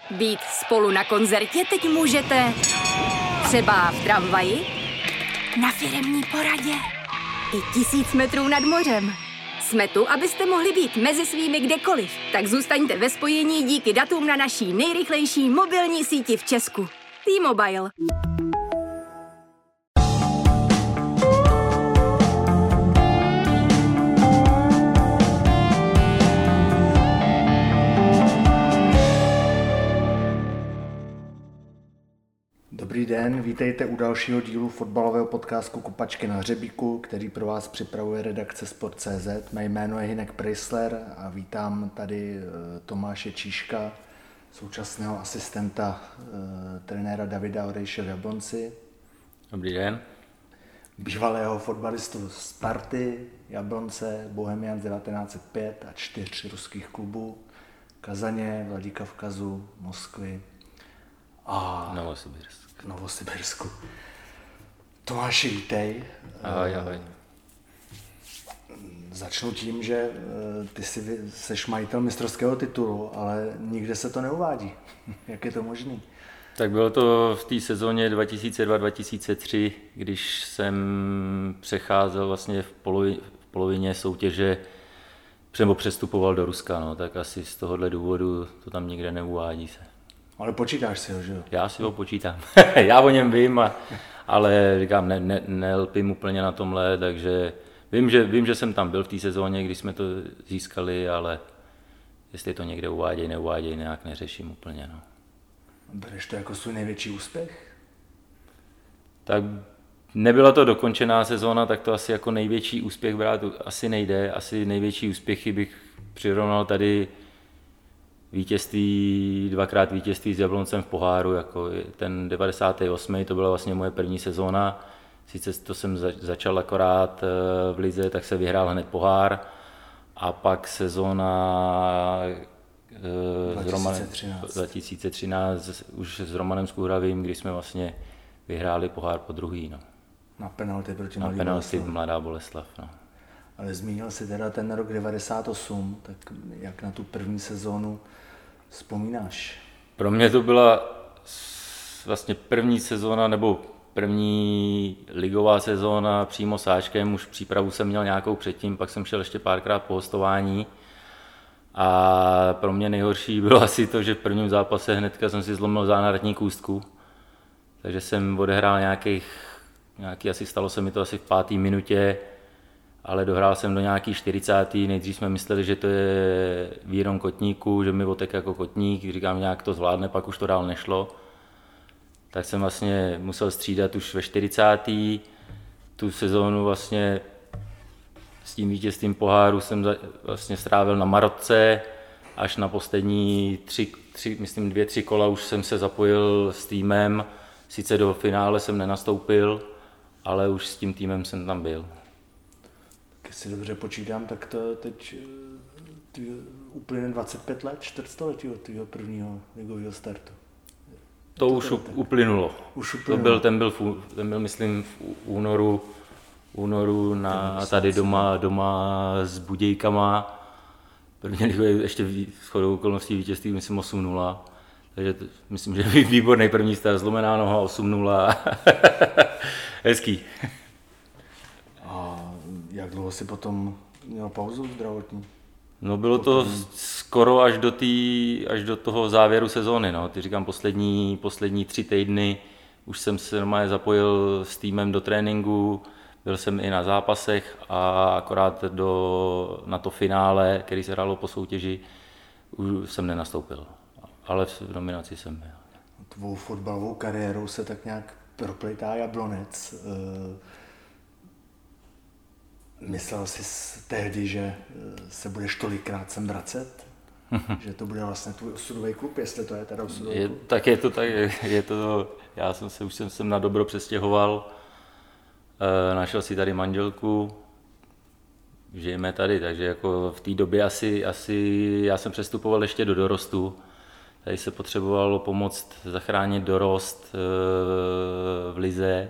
Být spolu na koncertě teď můžete třeba v tramvaji, na firemní poradě i 1000 metrů nad mořem. Jsme tu, abyste mohli být mezi svými kdekoliv. Tak zůstaňte ve spojení díky datům na naší nejrychlejší mobilní síti v Česku. T-Mobile. Dobrý den, vítejte u dalšího dílu fotbalového podcastu Kopačky na hřebíku, který pro vás připravuje redakce Sport.cz. Mé jméno je Hinek Preissler a vítám tady Tomáše Číška, současného asistenta trenéra Davida Orejše v Jablonci. Dobrý den. Bývalého fotbalistu Sparty, Jablonce, Bohemians 1905 a 4 ruských klubů, Kazaně, Vladikavkazu, Moskvy a Novosibirsku. Tomáši, vítej. Ahoj. Začnu tím, že ty seš majitel mistrovského titulu, ale nikde se to neuvádí. Jak je to možný? Tak bylo to v té sezóně 2002-2003, když jsem přecházel vlastně v polovině soutěže, nebo přestupoval do Ruska, no, tak asi z tohohle důvodu to tam nikde neuvádí se. Ale počítáš si ho, že jo? Já si ho počítám. Já o něm vím, ale říkám, nelpím úplně na tomhle, takže vím, že jsem tam byl v té sezóně, když jsme to získali, ale jestli to někde neuvádějí, nějak neřeším úplně. No. Bereš to jako svůj největší úspěch? Tak nebyla to dokončená sezóna, tak to asi jako největší úspěch brát asi nejde. Asi největší úspěchy bych přirovnal tady dvakrát vítězství s Jabloncem v poháru, jako ten 98. to byla vlastně moje první sezóna. Sice to jsem začal akorát v lize, tak se vyhrál hned pohár a pak sezóna 2013 už s Romanem Skuhravým, kdy jsme vlastně vyhráli pohár po druhý. No. Na penalty proti Mladá Boleslav. No. Ale zmínil si teda ten rok 98, tak jak na tu první sezónu vzpomínáš? Pro mě to byla vlastně první sezóna, nebo první ligová sezóna přímo s Ačkem, už přípravu jsem měl nějakou předtím, pak jsem šel ještě párkrát po hostování. A pro mě nejhorší bylo asi to, že v prvním zápase hnedka jsem si zlomil zánaretní kůstku, takže jsem odehrál nějaký asi stalo se mi to asi v 5. minutě, ale dohrál jsem do nějaký 40. Nejdřív jsme mysleli, že to je výron kotníku, že mi otek jako kotník, říkám, nějak to zvládne, pak už to dál nešlo. Tak jsem vlastně musel střídat už ve 40. Tu sezónu vlastně s tím vítězstvím poháru jsem vlastně strávil na Marotce, až na poslední 2-3 kola už jsem se zapojil s týmem. Sice do finále jsem nenastoupil, ale už s tím týmem jsem tam byl. Tak jestli dobře počítám, tak to teď uplyne 25 let, čtvrtstoletí od tvého prvního ligového startu. To už uplynulo. Ten byl myslím v únoru tady doma s Budějkama. První ligový ještě shodou okolností vítězství, myslím 8-0. Takže myslím, že výborný první start, zlomená noha 8-0. Hezký. A jak dlouho si potom měl pauzu zdravotní? No bylo to skoro až do toho závěru sezóny. No. Ty říkám, poslední 3 týdny už jsem se normálně zapojil s týmem do tréninku, byl jsem i na zápasech a akorát na to finále, který se hrálo po soutěži, už jsem nenastoupil. Ale v nominaci jsem byl. Tvou fotbalovou kariérou se tak nějak proplejtá Jablonec. Myslel jsi tehdy, že se budeš tolikrát sem vracet? Že to bude vlastně tvůj osudový klub, jestli to je teda osudový klub? Tak je to. Já jsem se už jsem na dobro přestěhoval. Našel si tady manželku. Žijeme tady, takže jako v té době asi já jsem přestupoval ještě do dorostu. Tady se potřebovalo pomoct zachránit dorost v lize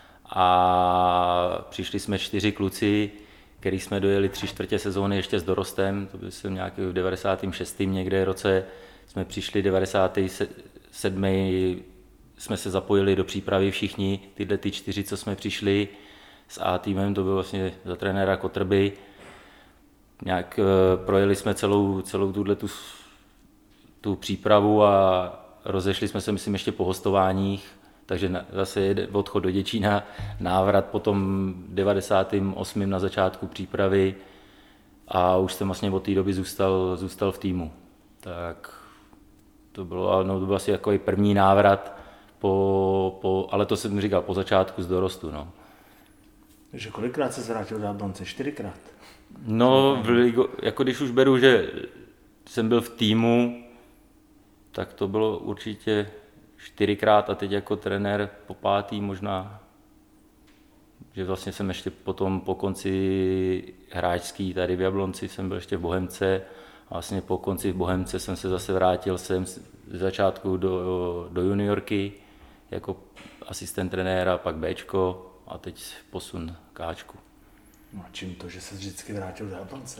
a přišli jsme 4 kluci, který jsme dojeli 3/4 sezóny ještě s dorostem, to byl jsem nějaký v 96. někde roce, jsme přišli 97. jsme se zapojili do přípravy všichni, tyhle ty 4, co jsme přišli s A týmem, to byl vlastně za trenéra Kotrby. Nějak projeli jsme celou tu přípravu a rozešli jsme se, myslím, ještě po hostováních, takže zase odchod do Děčína, návrat potom 98. na začátku přípravy a už jsem vlastně od té doby zůstal v týmu. Tak to byl asi jako první návrat, ale to jsem říkal po začátku z dorostu. No. Takže kolikrát se vrátil do Jablonce? 4krát? No, jako když už beru, že jsem byl v týmu, tak to bylo určitě 4krát a teď jako trenér po 5. možná, že vlastně jsem ještě potom po konci hráčský tady v Jablonci jsem byl ještě v Bohemce a vlastně po konci v Bohemce jsem se zase vrátil z začátku do juniorky jako asistent trenéra, pak Bčko a teď posun Káčku. No a čím to, že se vždycky vrátil do Jablonce?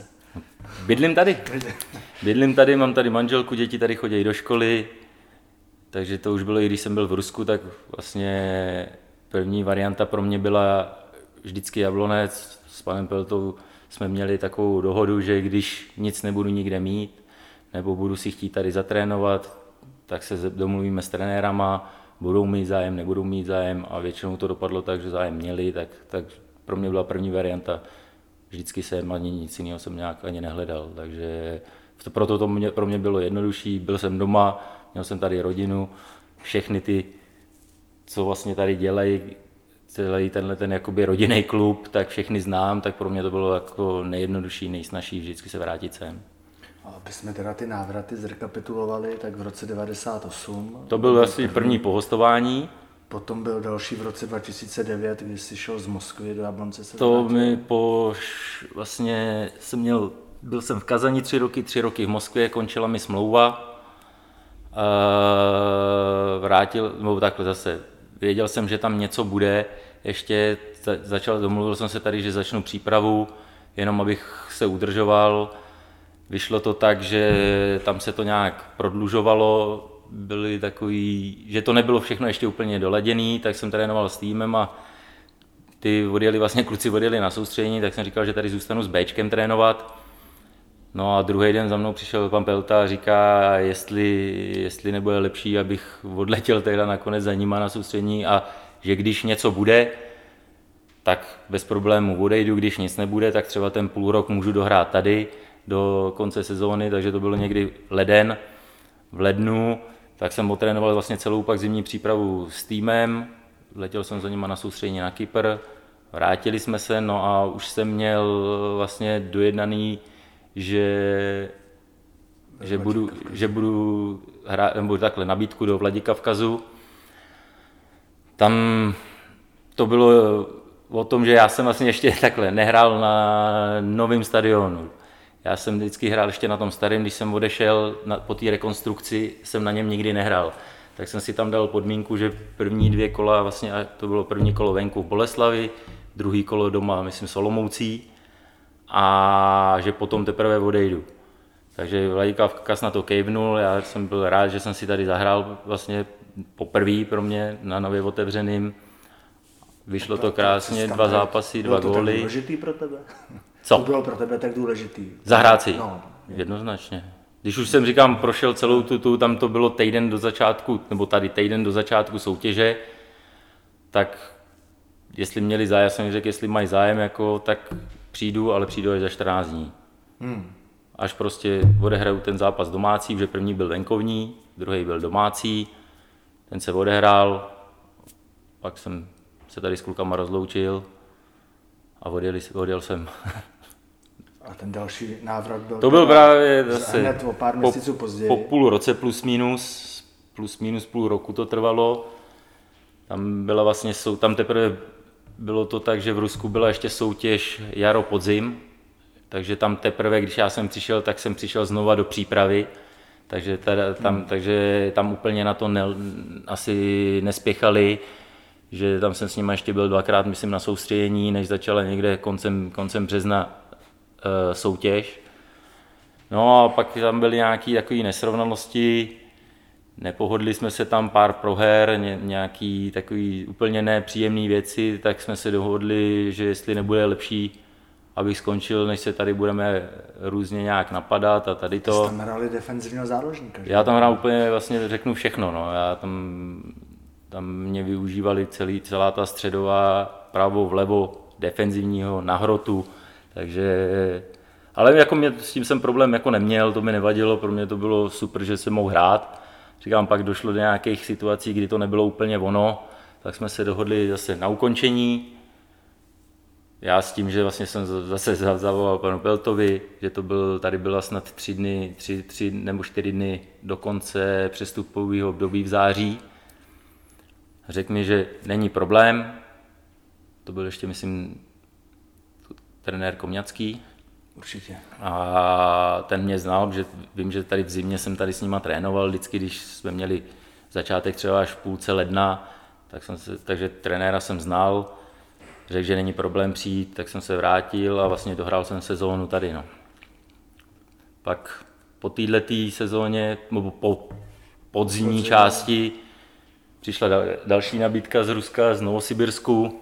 Bydlím tady, mám tady manželku, děti tady chodí do školy, takže to už bylo, i když jsem byl v Rusku, tak vlastně první varianta pro mě byla vždycky Jablonec. S panem Peltou jsme měli takovou dohodu, že když nic nebudu nikde mít, nebo budu si chtít tady zatrénovat, tak se domluvíme s trenérama, budou mít zájem, nebudou mít zájem a většinou to dopadlo tak, že zájem měli, tak pro mě byla první varianta. Vždycky jsem ani nic jiného jsem nějak ani nehledal, takže proto to pro mě bylo jednodušší, byl jsem doma, měl jsem tady rodinu, všechny ty, co vlastně tady dělají, celý ten jakoby rodinný klub, tak všechny znám, tak pro mě to bylo jako nejjednodušší, nejsnažší vždycky se vrátit sem. A aby jsme teda ty návraty zrekapitulovali, tak v roce 98. To byl asi první pohostování. Potom byl další v roce 2009, kdy jsi šel z Moskvy do Jablonce. Vlastně byl jsem v Kazani 3 roky v Moskvě, končila mi smlouva. Věděl jsem, že tam něco bude, ještě domluvil jsem se tady, že začnu přípravu, jenom abych se udržoval. Vyšlo to tak, že tam se to nějak prodlužovalo, byly takový, že to nebylo všechno ještě úplně doladěný, tak jsem trénoval s týmem a kluci odjeli na soustředění, tak jsem říkal, že tady zůstanu s Bčkem trénovat. No a druhý den za mnou přišel pan Pelta a říká, jestli nebude lepší, abych odletěl tehda nakonec za nima na soustředění a že když něco bude, tak bez problémů odejdu, když nic nebude, tak třeba ten půl rok můžu dohrát tady do konce sezóny, takže to bylo někdy leden. V lednu, tak jsem otrénoval vlastně celou pak zimní přípravu s týmem, letěl jsem za nima na soustředění na Kypr, vrátili jsme se, no a už jsem měl vlastně dojednaný, že budu hrát, nebo takhle nabídku do Vladikavkazu. Tam to bylo o tom, že já jsem vlastně ještě takhle nehrál na novém stadionu. Já jsem vždycky hrál ještě na tom starém, když jsem odešel po té rekonstrukci, jsem na něm nikdy nehrál. Tak jsem si tam dal podmínku, že první 2 kola, vlastně to bylo první kolo venku v Boleslavi, druhý kolo doma, myslím, Olomoucí, a že potom teprve odejdu. Takže Vladikavkaz na to kejvnul, já jsem byl rád, že jsem si tady zahrál vlastně poprvé pro mě na nově otevřeným. Vyšlo to krásně, 2 zápasy, 2 góly. Bylo to tak důležitý pro tebe? Co? To bylo pro tebe tak důležitý? Zahrát si, no. Jednoznačně. Když už jsem říkám, prošel celou tam to bylo týden do začátku, nebo tady týden do začátku soutěže, tak jestli měli zájem, já jsem řekl, jestli mají zájem, jako, tak přijdu, ale přijdu až za 14 dní. Až prostě odehraju ten zápas domácí, protože první byl venkovní, druhý byl domácí, ten se odehrál, pak jsem se tady s klukama rozloučil a odjel jsem. A ten další návrat byl... To byl právě zase hned o pár měsíců později. Po půl roce plus minus půl roku to trvalo. Tam byla vlastně, tam teprve bylo to tak, že v Rusku byla ještě soutěž jaro-podzim, takže tam teprve, když já jsem přišel, tak jsem přišel znova do přípravy, takže tam úplně na to asi nespěchali, že tam jsem s nimi ještě byl 2krát, myslím, na soustředění, než začala někde koncem března soutěž. No a pak tam byly nějaké takové nesrovnalosti, nepohodli jsme se tam pár proher, nějaký takový úplně nepříjemné věci, tak jsme se dohodli, že jestli nebude lepší, abych skončil, než se tady budeme různě nějak napadat a tady to. Jste tam hráli defenzivního záložníka, že? Já tam hrál úplně, vlastně řeknu všechno, no. Já tam mě využívali celá ta středová, pravo, vlevo, defenzivního, na hrotu, takže, ale jako s tím jsem problém jako neměl, to mi nevadilo, pro mě to bylo super, že jsem mohl hrát. Říkám, pak došlo do nějakých situací, kdy to nebylo úplně ono, tak jsme se dohodli zase na ukončení. Já s tím, že vlastně jsem zase zavolal panu Peltovi, že tady byla snad 3 nebo 4 dny do konce přestupového období v září. Řekl mi, že není problém, to byl ještě, myslím, trenér Komňacký. Určitě. A ten mě znal, že vím, že tady v zimě jsem tady s nima trénoval, vždycky, když jsme měli začátek třeba až v půlce ledna, takže trenéra jsem znal, řekl, že není problém přijít, tak jsem se vrátil a vlastně dohrál jsem sezónu tady. No. Pak po této sezóně, nebo po podzimní části, přišla další nabídka z Ruska, z Novosibirsku,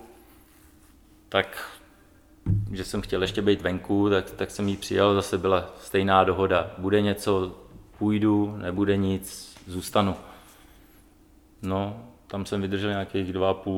tak že jsem chtěl ještě být venku, tak jsem ji přijal, zase byla stejná dohoda. Bude něco, půjdu, nebude nic, zůstanu. No, tam jsem vydržel nějakých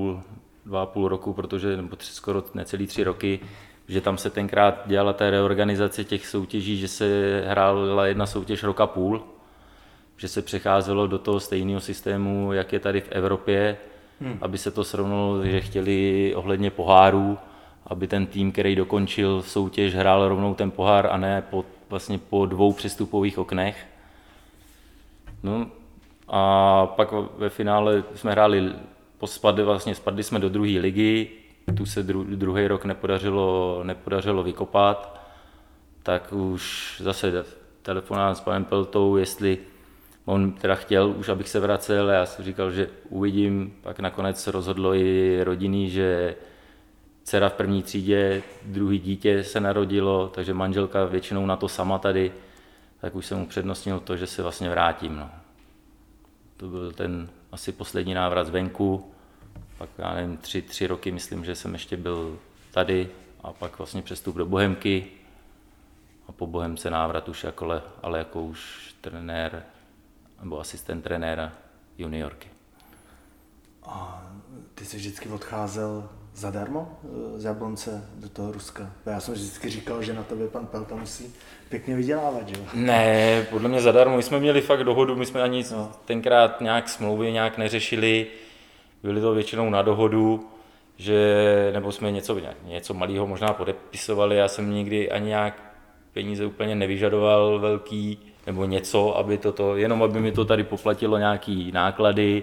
2,5 roku, protože, nebo skoro necelý 3 roky, že tam se tenkrát dělala ta reorganizace těch soutěží, že se hrála jedna soutěž roka půl, že se přecházelo do toho stejného systému, jak je tady v Evropě, aby se to srovnalo, že chtěli ohledně pohárů, aby ten tým, který dokončil soutěž, hrál rovnou ten pohár a ne vlastně po 2 přestupových oknech. No a pak ve finále jsme hráli, spadli jsme do 2. ligy, tu se druhý rok nepodařilo vykopat, tak už zase telefonát s panem Peltou, jestli on teda chtěl už, abych se vracel, já jsem říkal, že uvidím, pak nakonec rozhodlo i rodiny, že dcera v 1. třídě, 2. dítě se narodilo, takže manželka většinou na to sama tady, tak už jsem upřednostnil to, že se vlastně vrátím. No. To byl ten asi poslední návrat zvenku, pak já nevím, 3 roky myslím, že jsem ještě byl tady a pak vlastně přestup do Bohemky a po Bohemce návrat už ale jako už trenér nebo asistent trenéra juniorky. A ty jsi vždycky odcházel zadarmo z Jablonce do toho Ruska? Já jsem vždycky říkal, že na tobě pan Pelta musí pěkně vydělávat, že jo? Ne, podle mě zadarmo. My jsme měli fakt dohodu, my jsme ani tenkrát nějak smlouvy nějak neřešili. Byli to většinou na dohodu, nebo jsme něco malého možná podepisovali. Já jsem nikdy ani nějak peníze úplně nevyžadoval velký, nebo něco, jenom aby mi to tady poplatilo nějaký náklady.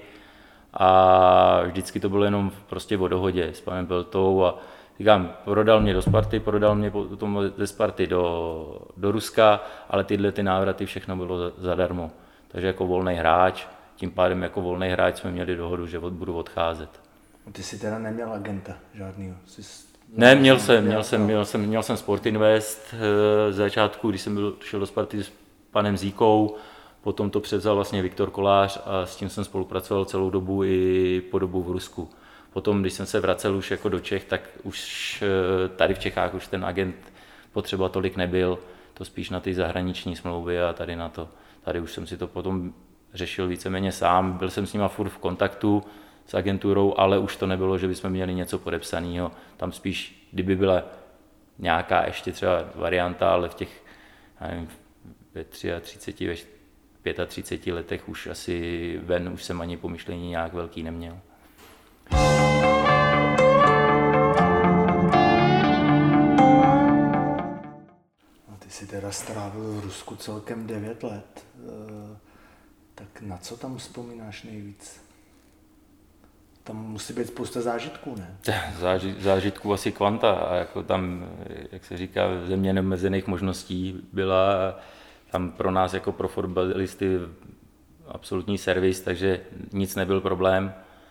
A vždycky to bylo jenom prostě o dohodě s panem Peltou a říkám, prodal mě do Sparty, prodal mě potom ze Sparty do Ruska, ale tyhle ty návraty všechno bylo zadarmo. Takže jako volný hráč, tím pádem jako volný hráč jsme měli dohodu, že budu odcházet. Ty jsi teda neměl agenta žádnýho? Ne, měl jsem Sport Invest z začátku, když jsem šel do Sparty s panem Zíkou. Potom to převzal vlastně Viktor Kolář a s tím jsem spolupracoval celou dobu i po dobu v Rusku. Potom, když jsem se vracel už jako do Čech, tak už tady v Čechách už ten agent potřeba tolik nebyl, to spíš na ty zahraniční smlouvy a tady na to. Tady už jsem si to potom řešil víceméně sám, byl jsem s nima furt v kontaktu s agenturou, ale už to nebylo, že bychom měli něco podepsaného. Tam spíš, kdyby byla nějaká ještě třeba varianta, ale v těch, nevím, ve 33, ve 35 letech už asi už jsem ani pomyšlení nějak velký neměl. No, ty jsi teda strávil v Rusku celkem 9 let. Tak na co tam vzpomínáš nejvíc? Tam musí být spousta zážitků, ne? Zážitků asi kvanta a jako tam, jak se říká, země neomezených možností byla tam pro nás jako pro fotbalisty absolutní servis, takže nic nebyl problém.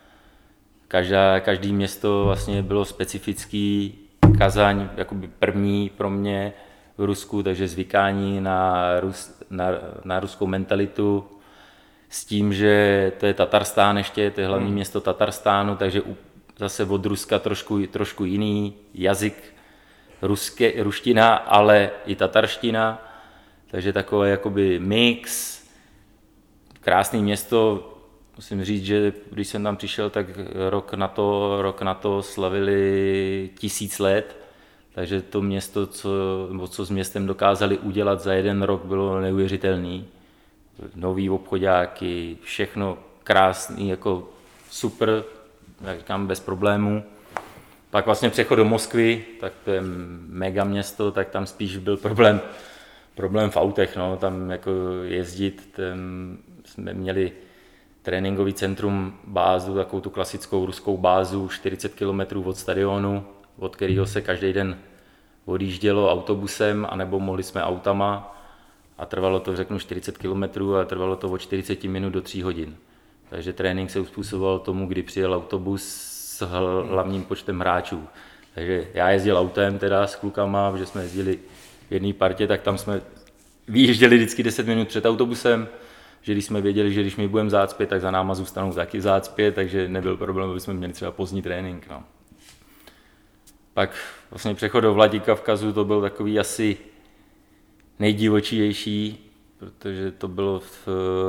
Každý město vlastně bylo specifický, Kazaň jakoby první pro mě, v Rusku, takže zvykání na ruskou mentalitu s tím, že to je Tatarstán ještě, to je hlavní město Tatarstánu, takže zase od Ruska trošku jiný jazyk, ruština, ale i tatarština, takže takové jakoby mix, krásné město. Musím říct, že když jsem tam přišel, tak rok na to slavili 1000 let, takže to město, co s městem dokázali udělat za jeden rok, bylo neuvěřitelné. Nový obchodáky, všechno krásný, jako super, jak říkám, bez problémů. Pak vlastně přechod do Moskvy, tak to je mega město, tak tam spíš byl problém v autech, no, tam jako jezdit, tam jsme měli tréninkový centrum, bázu, takovou tu klasickou ruskou bázu, 40 km od stadionu, od kterého se každý den odjíždělo autobusem, anebo mohli jsme autama a trvalo to, řeknu, 40 km a trvalo to od 40 minut do 3 hodin. Takže trénink se uspůsoboval tomu, kdy přijel autobus s hlavním počtem hráčů. Takže já jezdil autem teda s klukama, protože jsme jezdili v jedné partě, tak tam jsme vyjížděli vždycky 10 minut před autobusem, že když jsme věděli, že když my budeme v zácpě, tak za náma zůstanou taky v zácpě, takže nebyl problém, aby jsme měli třeba pozdní trénink. No. Pak vlastně přechod do Vladikavkazu, to byl takový asi nejdivočější, protože to bylo v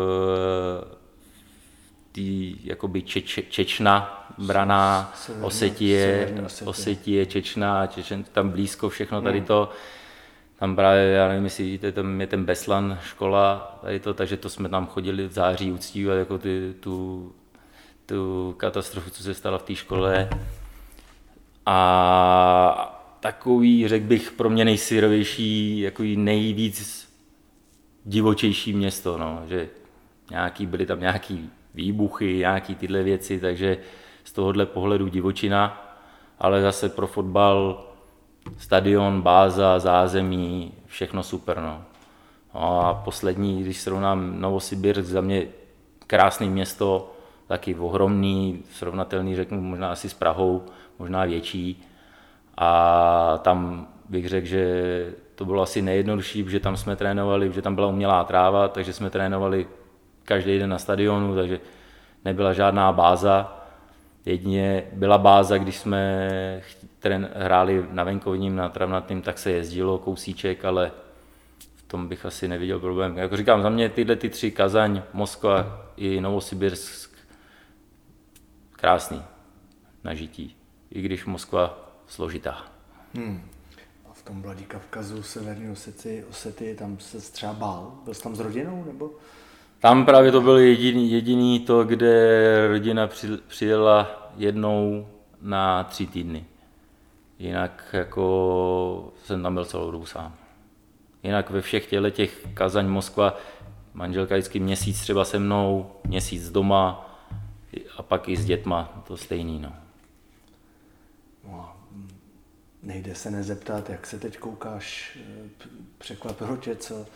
té jakoby Čečna, Braná, Osetie, Čečna, tam blízko všechno tady to. Tam právě, já nevím, jestli víte, tam je ten Beslan škola, tady to, takže to jsme tam chodili v září uctívat jako tu katastrofu, co se stala v té škole. A takový, řekl bych, pro mě nejsyrovější, jako nejvíc divočejší město, no, že byly tam nějaký výbuchy, nějaký tyhle věci, takže z tohohle pohledu divočina, ale zase pro fotbal stadion, báza, zázemí, všechno super. No. A poslední, když srovnám Novosibirsk, za mě krásné město, taky ohromný, srovnatelný, řeknu, možná asi s Prahou, možná větší. A tam bych řekl, že to bylo asi nejjednodušší, protože tam jsme trénovali, protože tam byla umělá tráva, takže jsme trénovali každý den na stadionu, takže nebyla žádná báza. Jedině byla báza, když jsme hráli na venkovním, na travnatým, tak se jezdilo kousíček, ale v tom bych asi neviděl problém. Jako říkám, za mě tyhle 3, Kazaň, Moskva i Novosibirsk, krásný na žití, i když Moskva složitá. A v tom Vladikavkazu, severní Osety, tam se třeba bál? Byl jsi tam s rodinou, nebo? Tam právě to byl jediný to, kde rodina přijela jednou na 3 týdny. Jinak jako jsem tam byl celou dobu sám. Jinak ve všech těch Kazaň, Moskva, manželka vždycky měsíc třeba se mnou, měsíc doma a pak i s dětma, to stejný. No. No, nejde se nezeptat, jak se teď koukáš, překvapilo tě, co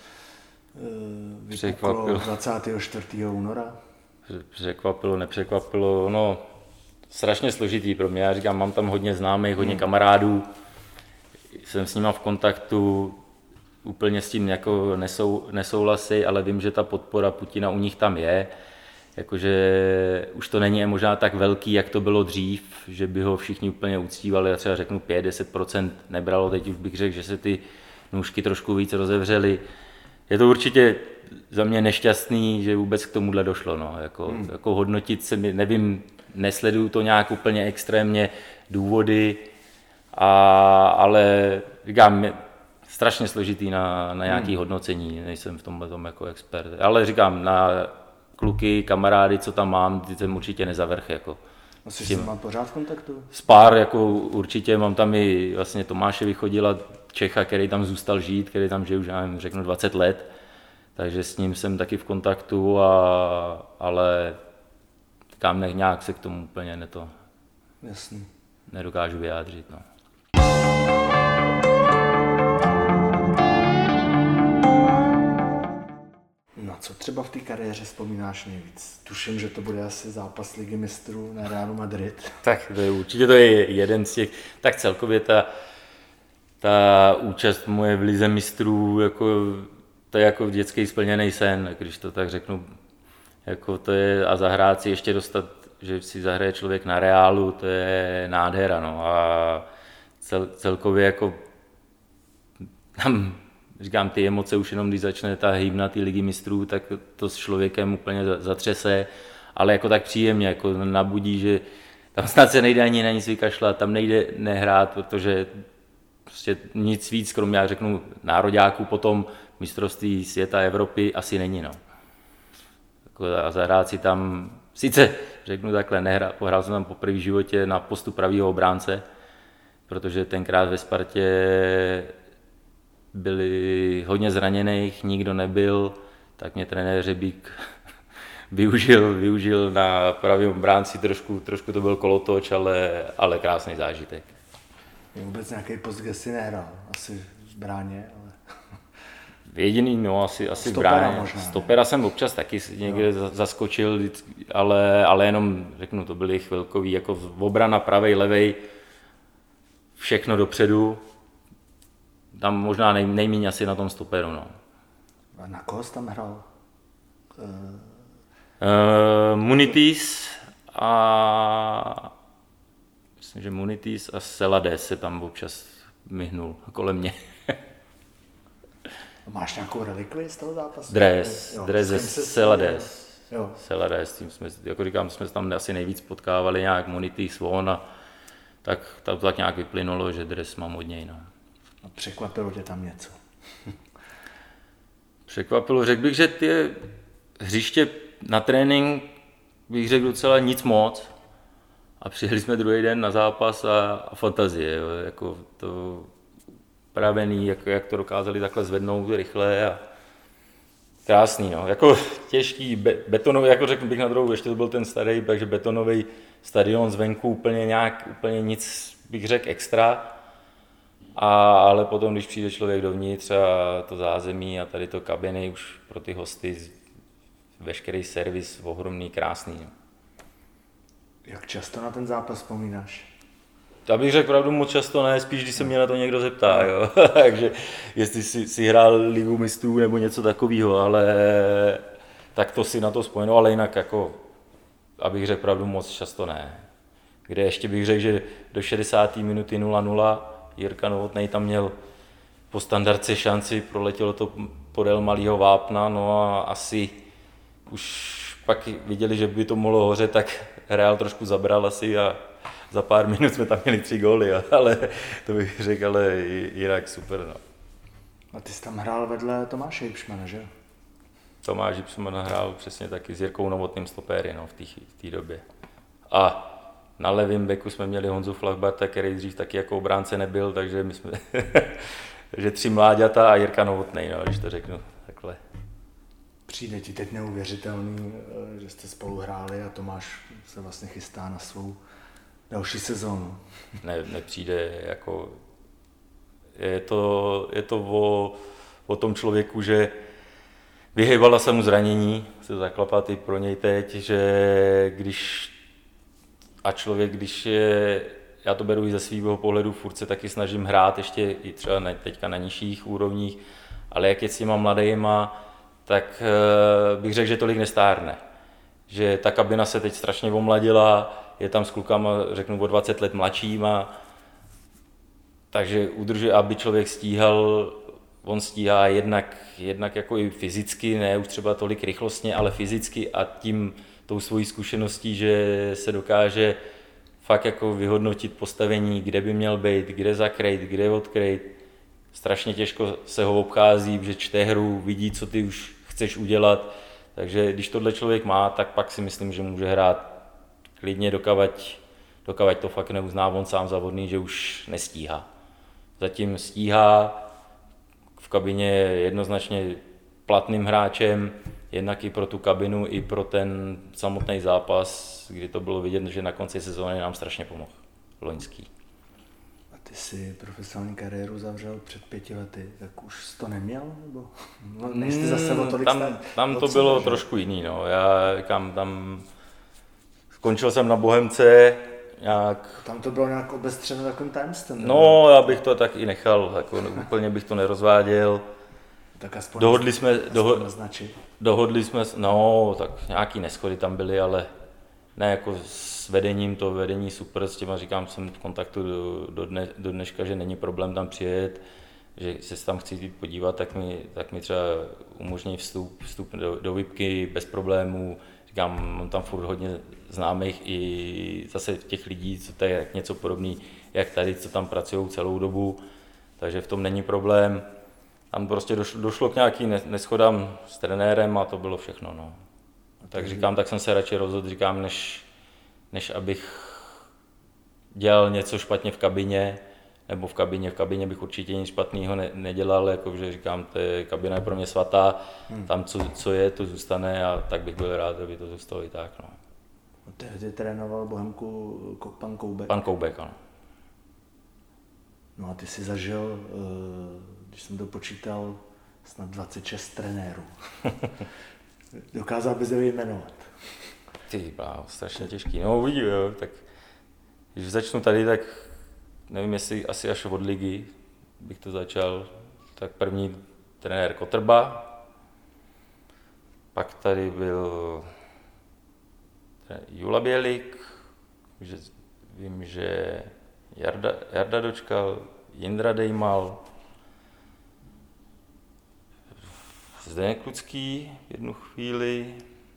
vypuklo 24. února? Překvapilo, nepřekvapilo, no strašně složitý pro mě, já říkám, mám tam hodně známých, hodně kamarádů, jsem s nima v kontaktu, úplně s tím jako nesouhlasí, ale vím, že ta podpora Putina u nich tam je, jakože už to není možná tak velký, jak to bylo dřív, že by ho všichni úplně uctívali, já třeba řeknu 5-10% nebralo, teď už bych řekl, že se ty nůžky trošku víc rozevřely. Je to určitě za mě nešťastný, že vůbec k tomuhle došlo, no, jako hodnotit se, nevím, nesleduju to nějak úplně extrémně důvody, ale říkám, strašně složitý na nějaké hodnocení, nejsem v tomhle tom jako expert, ale říkám, na kluky, kamarády, co tam mám, ty jsem určitě nezavrch. Jako. A jsi s nimi pořád v kontaktu? S pár, jako určitě, mám tam i vlastně Tomáše Vychodila, Čecha, který tam zůstal žít, který tam žije už, já nevím, řeknu 20 let, takže s ním jsem taky v kontaktu, ale říkám, nějak se k tomu úplně Jasný. Nedokážu vyjádřit. No. Na co třeba v té kariéře vzpomínáš nejvíc? Tuším, že to bude asi zápas Ligy mistrů na Realu Madrid. Tak to je určitě to je jeden z těch, tak celkově ta účast moje v lize mistrů, jako, to je jako dětský splněný sen, když to tak řeknu. Jako to je, a zahrát si ještě dostat, že si zahraje člověk na Reálu, to je nádhera. No. A celkově jako tam, říkám, ty emoce už jenom, když začne ta hymna té ligy mistrů, tak to s člověkem úplně zatřese, ale jako tak příjemně, jako nabudí, že tam snad se nejde ani na nic vykašlat, tam nejde nehrát, protože prostě nic víc, kromě, já řeknu, nároďáků potom mistrovství světa, Evropy asi není. No. A zahrát si tam, sice řeknu takhle, pohrál jsem tam poprvé v životě na postu pravýho obránce, protože tenkrát ve Spartě byli hodně zraněných, nikdo nebyl, tak mě trenér Řebík využil na pravém obránci, trošku to byl kolotoč, ale krásný zážitek. Je vůbec nějaký post, kde si nehrál? Asi v bráně, ale... Jediný, no, asi v bráně. Možná, stopera jsem občas taky někde zaskočil, ale jenom, řeknu, to byly chvilkový, jako obrana pravej, levej, všechno dopředu. Tam možná nejméně asi na tom stoperu, no. A na koho jsi tam hrál? Munitis a... Myslím, že Munitis a Selades se tam občas myhnul kolem mě. Máš nějakou relikvii z toho zápasu? Dres ze Selades. Selades, tím jsme, jako říkám, jsme se tam asi nejvíc potkávali, nějak Munitis, on a tak to tak nějak vyplynulo, že dres mám od něj. No. A překvapilo tě tam něco? Překvapilo, řekl bych, že ty hřiště na trénink bych řekl docela nic moc. A přijeli jsme druhý den na zápas a fantazie, jo, jako to pravený, jak to dokázali takhle zvednout rychle a krásný, no. Jako těžký, betonový, jako řekl bych na druhou, ještě to byl ten starý, takže betonový stadion zvenku úplně nic, bych řekl, extra, ale potom, když přijde člověk dovnitř a to zázemí a tady to kabiny už pro ty hosty, veškerý servis ohromný, krásný. No. Jak často na ten zápas vzpomínáš? Já bych řekl pravdu, moc často ne, spíš když se mě na to někdo zeptá, jo. Takže jestli si hrál ligu mistrů nebo něco takového, ale tak to si na to spojeno, ale jinak jako, abych řekl pravdu, moc často ne. Kde ještě bych řekl, že do 60. minuty 0-0 Jirka Novotnej tam měl po standardce šanci, proletělo to podél malého vápna, no a asi už pak viděli, že by to mohlo hořet, tak Real trošku zabral asi a za pár minut jsme tam měli 3 góly, ale to bych řekl, ale jinak super. No. A ty jsi tam hrál vedle Tomáše Jipšmana, že? Tomáš Jipšman hrál přesně taky s Jirkou Novotným stopéry, no, v té době. A na levém beku jsme měli Honzu Flachbarta, který dřív taky jako obránce nebyl, takže my jsme takže 3 mláďata a Jirka Novotný, no, když to řeknu takhle. Přijde ti teď neuvěřitelný, že jste spolu hráli a Tomáš se vlastně chystá na svou další sezónu. Nepřijde, jako je to o tom člověku, že vyhýbala se mu zranění, se zaklapat i pro něj teď, že když je, já to beru i ze svého pohledu, furt se taky snažím hrát ještě i třeba teďka na nižších úrovních, ale jak je s těma mladejma, tak bych řekl, že tolik nestárne. Že ta kabina se teď strašně omladila, je tam s klukama, řeknu, o 20 let mladšíma, takže udržuje, aby člověk stíhal, on stíhá jednak jako i fyzicky, ne už třeba tolik rychlostně, ale fyzicky a tím tou svojí zkušeností, že se dokáže fakt jako vyhodnotit postavení, kde by měl být, kde zakrejt, kde odkrejt. Strašně těžko se ho obchází, že čte hru, vidí, co ty už chceš udělat. Takže když tohle člověk má, tak pak si myslím, že může hrát klidně, dokavať to fakt neuzná on sám závodný, že už nestíhá. Zatím stíhá, v kabině je jednoznačně platným hráčem, jednak i pro tu kabinu, i pro ten samotný zápas, kdy to bylo vidět, že na konci sezóny nám strašně pomohl, loňský. A ty jsi profesionální kariéru zavřel před 5 lety, tak už jsi to neměl? Nebo nejste zase o tolik tam to bylo že? Trošku jiný, no. Já říkám, tam skončil jsem na Bohemce, nějak... Tam to bylo nějak obestřeno takovým tajemstvím. No, já bych to tak i nechal, jako úplně bych to nerozváděl. Tak aspoň dohodli jsme, no, tak nějaký neshody tam byly, ale ne jako s vedením, to vedení super, s těma říkám, jsem v kontaktu do dneška, že není problém tam přijet, že se tam chci podívat, tak mi třeba umožní vstup do VIPky bez problémů. Říkám, mám tam furt hodně známých i zase těch lidí, co to je něco podobný, jak tady, co tam pracují celou dobu, takže v tom není problém. Tam prostě došlo k nějaký neschodám s trenérem a to bylo všechno. No. Tak říkám, tak jsem se radši rozhodl, říkám, než abych dělal něco špatně v kabině, nebo v kabině bych určitě nic špatného nedělal, jakože říkám, kabina je pro mě svatá, tam co je, to zůstane a tak bych byl rád, aby to zůstalo i tak. No. Tehdy trénoval Bohemku pan Koubek? Pan Koubek, ano. No a ty jsi zažil, když jsem to počítal, snad 26 trenérů. Dokázal bys je vyjmenovat? Ty bláho, strašně těžký. No uvidím, jo, tak když začnu tady, tak nevím, jestli asi až od ligy bych to začal. Tak první trenér Kotrba, pak tady byl Jula Bělik, vím, že Jarda Dočkal, Jindra Dejmal, Zdeněk Klucký jednu chvíli,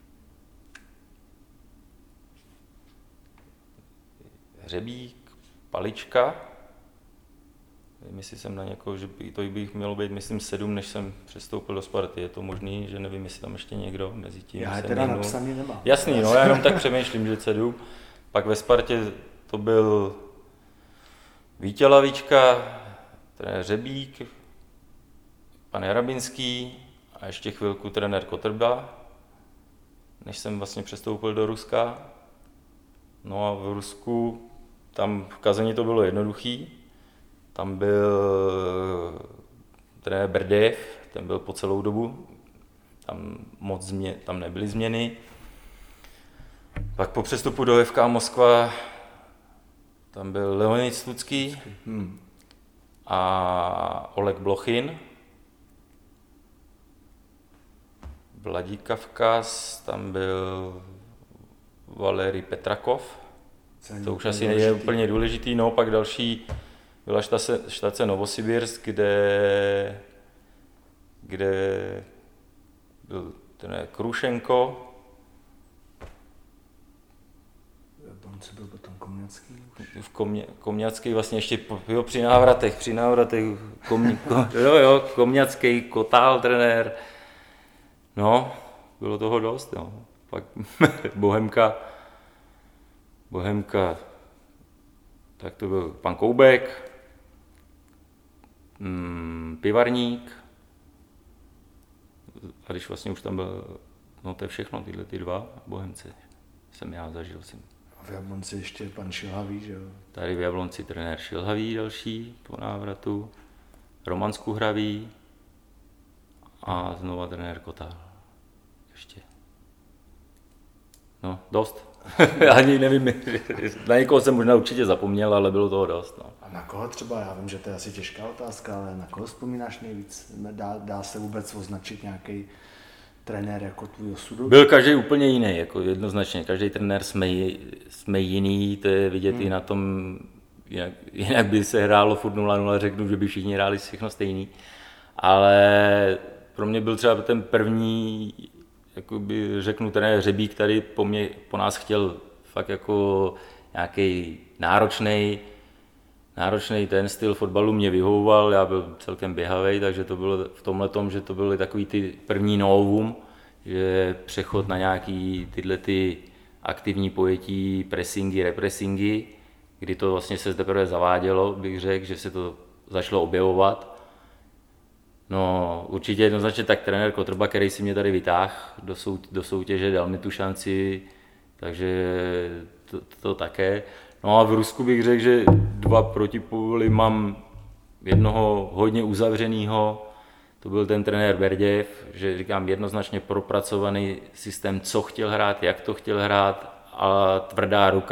Hřebík, Palička, nevím, jestli jsem na někoho, že to bych mělo být, myslím, 7, než jsem přestoupil do Sparty, je to možný, že nevím, jestli tam ještě někdo mezi tím. Já je teda napsaný nemám. Jasný, no, já jenom tak přemýšlím, že 7. Pak ve Spartě to byl Vítě Lavička, trenér Hřebík, pan Jarabinský a ještě chvilku trenér Kotrba, než jsem vlastně přestoupil do Ruska. No a v Rusku, tam v Kazani to bylo jednoduchý, tam byl trenér Berdejev, ten byl po celou dobu, tam nebyly změny. Pak po přestupu do FK Moskva tam byl Leonid Slucký a Oleg Blochin. Vladí Kavkaz, tam byl Valerij Petrakov. To už asi není úplně důležitý, no pak další byla štace Novosibirsk, kde byl ten Krušenko. Byl potom Komňacký? Komňacký vlastně ještě při návratech Komňacký, Kotál trenér. No, bylo toho dost, no. Pak Bohemka, tak to byl pan Koubek, Pivarník, a když vlastně už tam byl, no to je všechno, tyhle ty dva Bohemci jsem já zažil. A v Jablonci ještě pan Šilhavý, že jo? Tady v Jablonci trenér Šilhavý další po návratu, Roman Skuhravý a znova trenér Kotal. Ještě. No, dost. Já ani nevím, na někoho jsem možná určitě zapomněl, ale bylo toho dost. No. A na koho třeba, já vím, že to je asi těžká otázka, ale na koho vzpomínáš nejvíc? Dá se vůbec označit nějaký trenér jako tvůj osud? Byl každý úplně jiný, jako jednoznačně. Každý trenér jsme jiný, to je vidět i na tom, jinak by se hrálo furt 0-0, řeknu, že by všichni hráli všechno stejný. Ale pro mě byl třeba ten první, jakoby řeknu, trenér Hřebík, který po nás chtěl fakt jako nějaký náročný ten styl fotbalu mě vyhovoval, já byl celkem běhavej, takže to bylo v tomhletom, že to byly takový ty první novum, že přechod na nějaký tyhle ty aktivní pojetí, pressingy, repressingy, kdy to vlastně se teprve zavádělo, bych řekl, že se to začalo objevovat. No určitě jednoznačně tak trenér Kotrba, který si mě tady vytáhl do soutěže, dal mi tu šanci, takže to také. No a v Rusku bych řekl, že dva protipóly mám, jednoho hodně uzavřenýho, to byl ten trenér Berdějev, že říkám jednoznačně propracovaný systém, co chtěl hrát, jak to chtěl hrát, a tvrdá ruka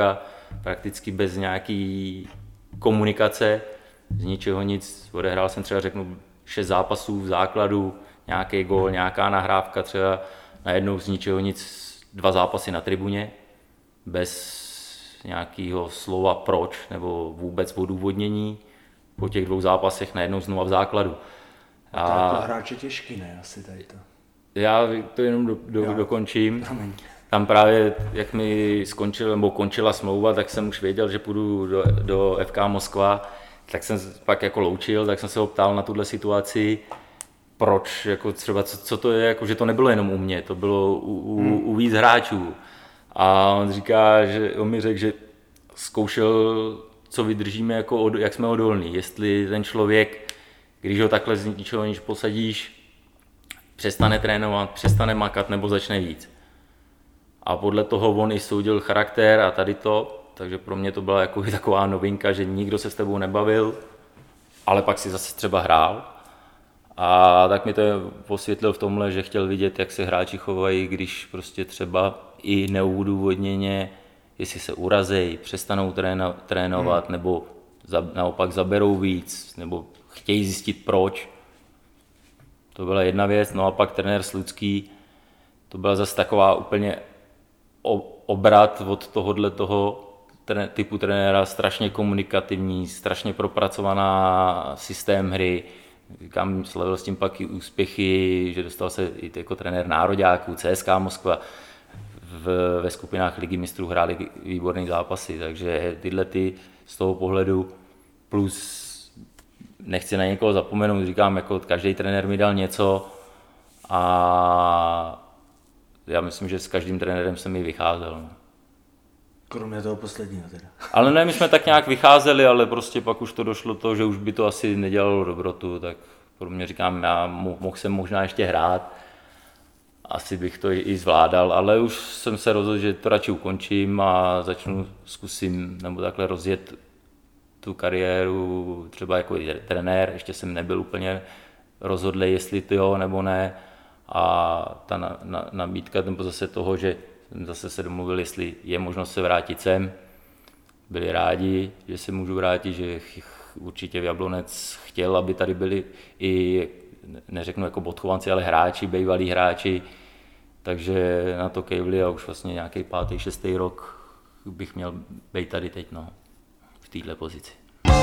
prakticky bez nějaký komunikace, z ničeho nic. Odehrál jsem třeba, řeknu, 6 zápasů v základu, nějaký gól, nějaká nahrávka, třeba najednou z ničeho nic 2 zápasy na tribuně, bez nějakého slova proč, nebo vůbec odůvodnění. Po těch 2 zápasech najednou znova v základu. A to jako hráč je těžký, ne? Asi tady to. Já to jenom dokončím. Promiň. Tam právě, jak mi končila smlouva, tak jsem už věděl, že půjdu do FK Moskva, tak jsem pak jako loučil, tak jsem se ho ptal na tuhle situaci, proč, jako třeba, co to je, jako, že to nebylo jenom u mě, to bylo u víc hráčů. A on mi řekl, že zkoušel, co vydržíme, jako jak jsme odolní, jestli ten člověk, když ho takhle z ničeho nic posadíš, přestane trénovat, přestane makat nebo začne víc. A podle toho on i soudil charakter a tady to, takže pro mě to byla jako taková novinka, že nikdo se s tebou nebavil, ale pak si zase třeba hrál. A tak mi to posvětlil v tomhle, že chtěl vidět, jak se hráči chovají, když prostě třeba i neudůvodněně, jestli se urazejí, přestanou trénovat, nebo naopak zaberou víc, nebo chtějí zjistit proč. To byla jedna věc, no a pak trenér Slucký, to byla zase taková úplně obrat od toho typu trenéra, strašně komunikativní, strašně propracovaná systém hry. Říkám, slavil s tím pak i úspěchy, že dostal se i jako trenér nároďáků, CSK Moskva, ve skupinách Ligy mistrů hráli výborné zápasy, takže tyhle z toho pohledu plus nechci na někoho zapomenout, říkám, jako každý trenér mi dal něco a já myslím, že s každým trenérem jsem mi vycházel. Kromě toho posledního teda. Ale ne, my jsme tak nějak vycházeli, ale prostě pak už to došlo to, že už by to asi nedělalo dobrotu, tak pro mě říkám, já mohl jsem možná ještě hrát, asi bych to i zvládal, ale už jsem se rozhodl, že to radši ukončím a zkusím nebo takhle rozjet tu kariéru třeba jako trenér, ještě jsem nebyl úplně rozhodlý, jestli to jo nebo ne a ta nabídka nebo zase toho, že zase se domluvil, jestli je možnost se vrátit sem, byli rádi, že se můžu vrátit, že určitě v Jablonec chtěl, aby tady byli i, neřeknu jako bodchovanci, ale hráči, bývalí hráči, takže na to kejvli a už vlastně nějaký 5., 6. rok bych měl být tady teď, no, v této pozici.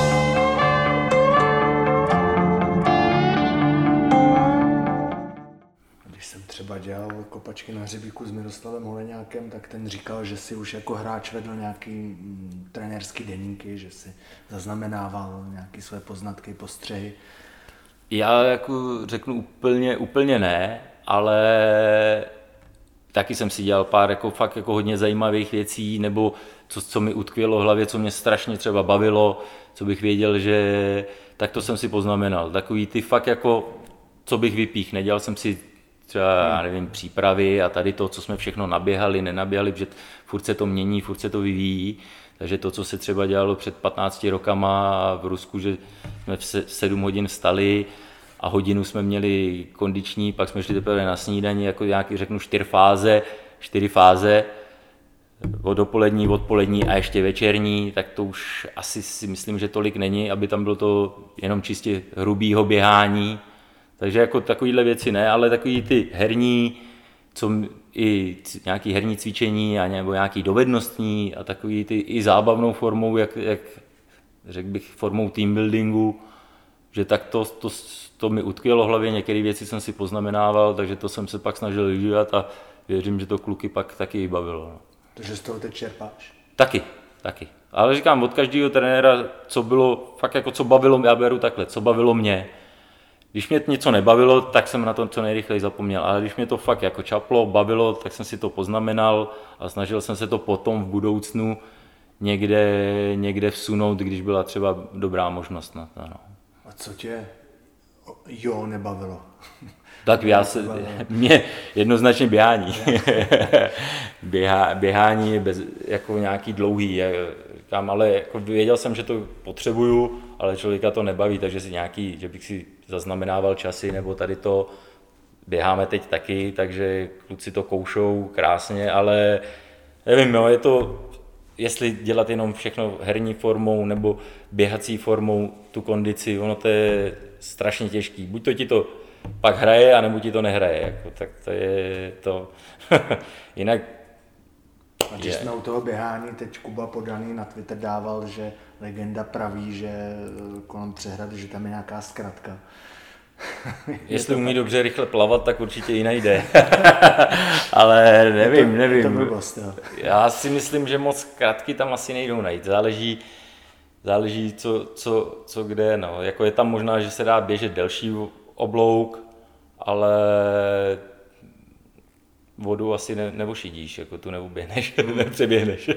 Když jsem třeba dělal kopačky na hřebíku s Miroslavem Holeňákem, tak ten říkal, že si už jako hráč vedl nějaký trenérský deníky, že si zaznamenával nějaké své poznatky, postřehy. Já jako řeknu úplně ne, ale taky jsem si dělal pár jako fakt jako hodně zajímavých věcí, nebo co mi utkvělo v hlavě, co mě strašně třeba bavilo, co bych věděl, že tak to jsem si poznamenal. Takový ty fakt jako, co bych vypích, nedělal jsem si třeba, já nevím, přípravy a tady to, co jsme všechno naběhali, nenaběhali, protože furt se to mění, furt se to vyvíjí. Takže to, co se třeba dělalo před 15 rokama v Rusku, že jsme v 7 hodin vstali a hodinu jsme měli kondiční, pak jsme šli teprve na snídani, jako nějaký, řeknu, 4 fáze, od dopolední, odpolední a ještě večerní, tak to už asi si myslím, že tolik není, aby tam bylo to jenom čistě hrubýho běhání. Takže jako takovýhle věci ne, ale takový ty herní, co i nějaký herní cvičení a nebo nějaký dovednostní a takový ty i zábavnou formou, jak řekl bych, formou teambuildingu, že tak to mi utkvělo v hlavě, některé věci jsem si poznamenával, takže to jsem se pak snažil využívat a věřím, že to kluky pak taky i bavilo. No. Takže z toho teď čerpáš? Taky. Ale říkám, od každého trenéra, co bylo, fakt jako co bavilo, já beru takhle, co bavilo mě. Když mě něco nebavilo, tak jsem na to co nejrychleji zapomněl, ale když mě to fakt jako čaplo, bavilo, tak jsem si to poznamenal a snažil jsem se to potom v budoucnu někde vsunout, když byla třeba dobrá možnost na to. No. A co tě nebavilo? Tak mě jednoznačně běhání. Běhání je jako nějaký dlouhý, ale jako věděl jsem, že to potřebuju, ale člověka to nebaví, takže že bych si zaznamenával časy, nebo tady to běháme teď taky, takže kluci to koušou krásně, ale nevím, je to jestli dělat jenom všechno herní formou nebo běhací formou tu kondici, ono to je strašně těžký. Buď to ti to pak hraje, anebo ti to nehraje, jako, tak to je to. Jinak a když jsme u toho běhání, teď Kuba Podaný na Twitter dával, že legenda praví, že kolem přehrady, že tam je nějaká zkratka. Jestli umí dobře rychle plavat, tak určitě ji najde. Ale nevím. Je to blbost, jo. Já si myslím, že moc zkratky tam asi nejdou najít. Záleží co kde. No. Jako je tam možná, že se dá běžet delší oblouk, ale vodu asi neošidíš, jako tu neuběhneš, nepřeběhneš.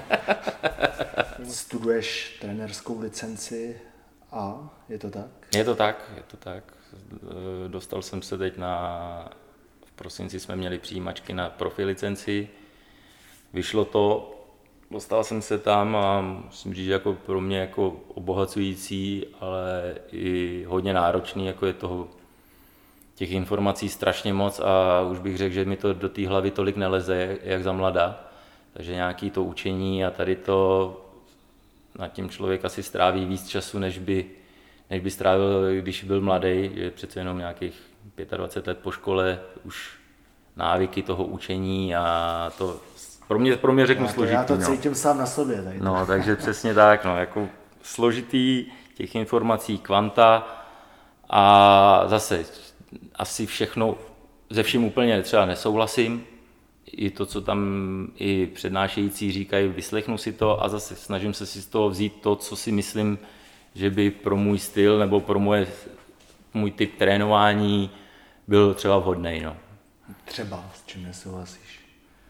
Studuješ trenérskou licenci A, je to tak? Je to tak. Dostal jsem se teď v prosinci jsme měli přijímačky na profi licenci. Vyšlo to, dostal jsem se tam a musím říct, že jako pro mě jako obohacující, ale i hodně náročný, jako je toho těch informací strašně moc a už bych řekl, že mi to do té hlavy tolik neleze, jak za mlada. Takže nějaké to učení a tady to nad tím člověk asi stráví víc času, než by strávil, když byl mladý, že přece jenom nějakých 25 let po škole, už návyky toho učení a to pro mě řeknu složitý. Já to cítím sám na sobě. Tady. No, takže přesně tak, no, jako složitý těch informací, kvanta a zase asi všechno, ze vším úplně třeba nesouhlasím, i to, co tam i přednášející říkají, vyslechnu si to a zase snažím se si z toho vzít to, co si myslím, že by pro můj styl nebo pro můj typ trénování byl třeba vhodný. No. Třeba, s čím nesouhlasíš?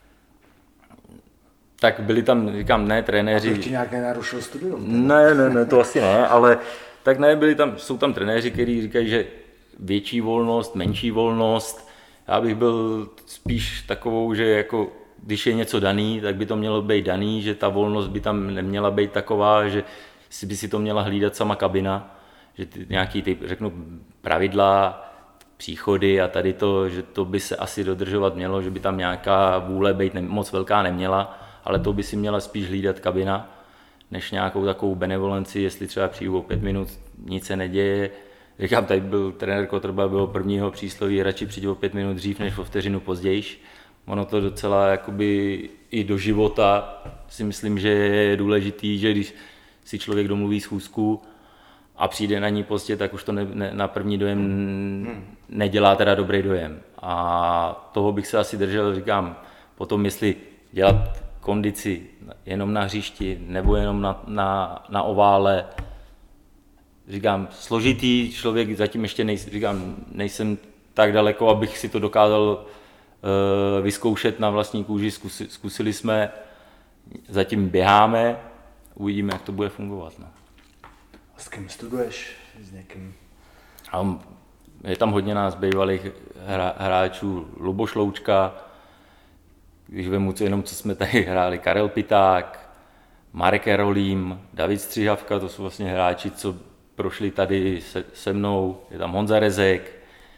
Tak byli tam, říkám, ne trenéři. A to ti nějak nenarušil studium? Ne, to asi ne, ale tak ne, jsou tam trenéři, kteří říkají, že větší volnost, menší volnost. Já bych byl spíš takovou, že jako když je něco daný, tak by to mělo být daný, že ta volnost by tam neměla být taková, že by si to měla hlídat sama kabina, že nějaký ty, řeknu, pravidla, příchody a tady to, že to by se asi dodržovat mělo, že by tam nějaká vůle být moc velká neměla, ale to by si měla spíš hlídat kabina, než nějakou takovou benevolenci, jestli třeba přijdu o 5 minut, nic se neděje. Říkám, tady byl trenér Kotrba, bylo prvního přísloví, radši přijď o 5 minut dřív, než o vteřinu později. Ono to docela jakoby i do života si myslím, že je důležitý, že když si člověk domluví schůzku a přijde na ní pozdě, tak už to na první dojem nedělá teda dobrý dojem. A toho bych se asi držel, říkám, potom jestli dělat kondici jenom na hřišti nebo jenom na ovále, říkám, složitý člověk, zatím ještě nejsem tak daleko, abych si to dokázal vyzkoušet na vlastní kůži, zkusili jsme, zatím běháme, uvidíme, jak to bude fungovat. No. A s kým studuješ? S někým? A je tam hodně nás bývalých hráčů, Luboš Loučka, když vemu jenom, co jsme tady hráli, Karel Piták, Marek Erolím, David Střihavka, to jsou vlastně hráči, co prošli tady se mnou, je tam Honza Rezek,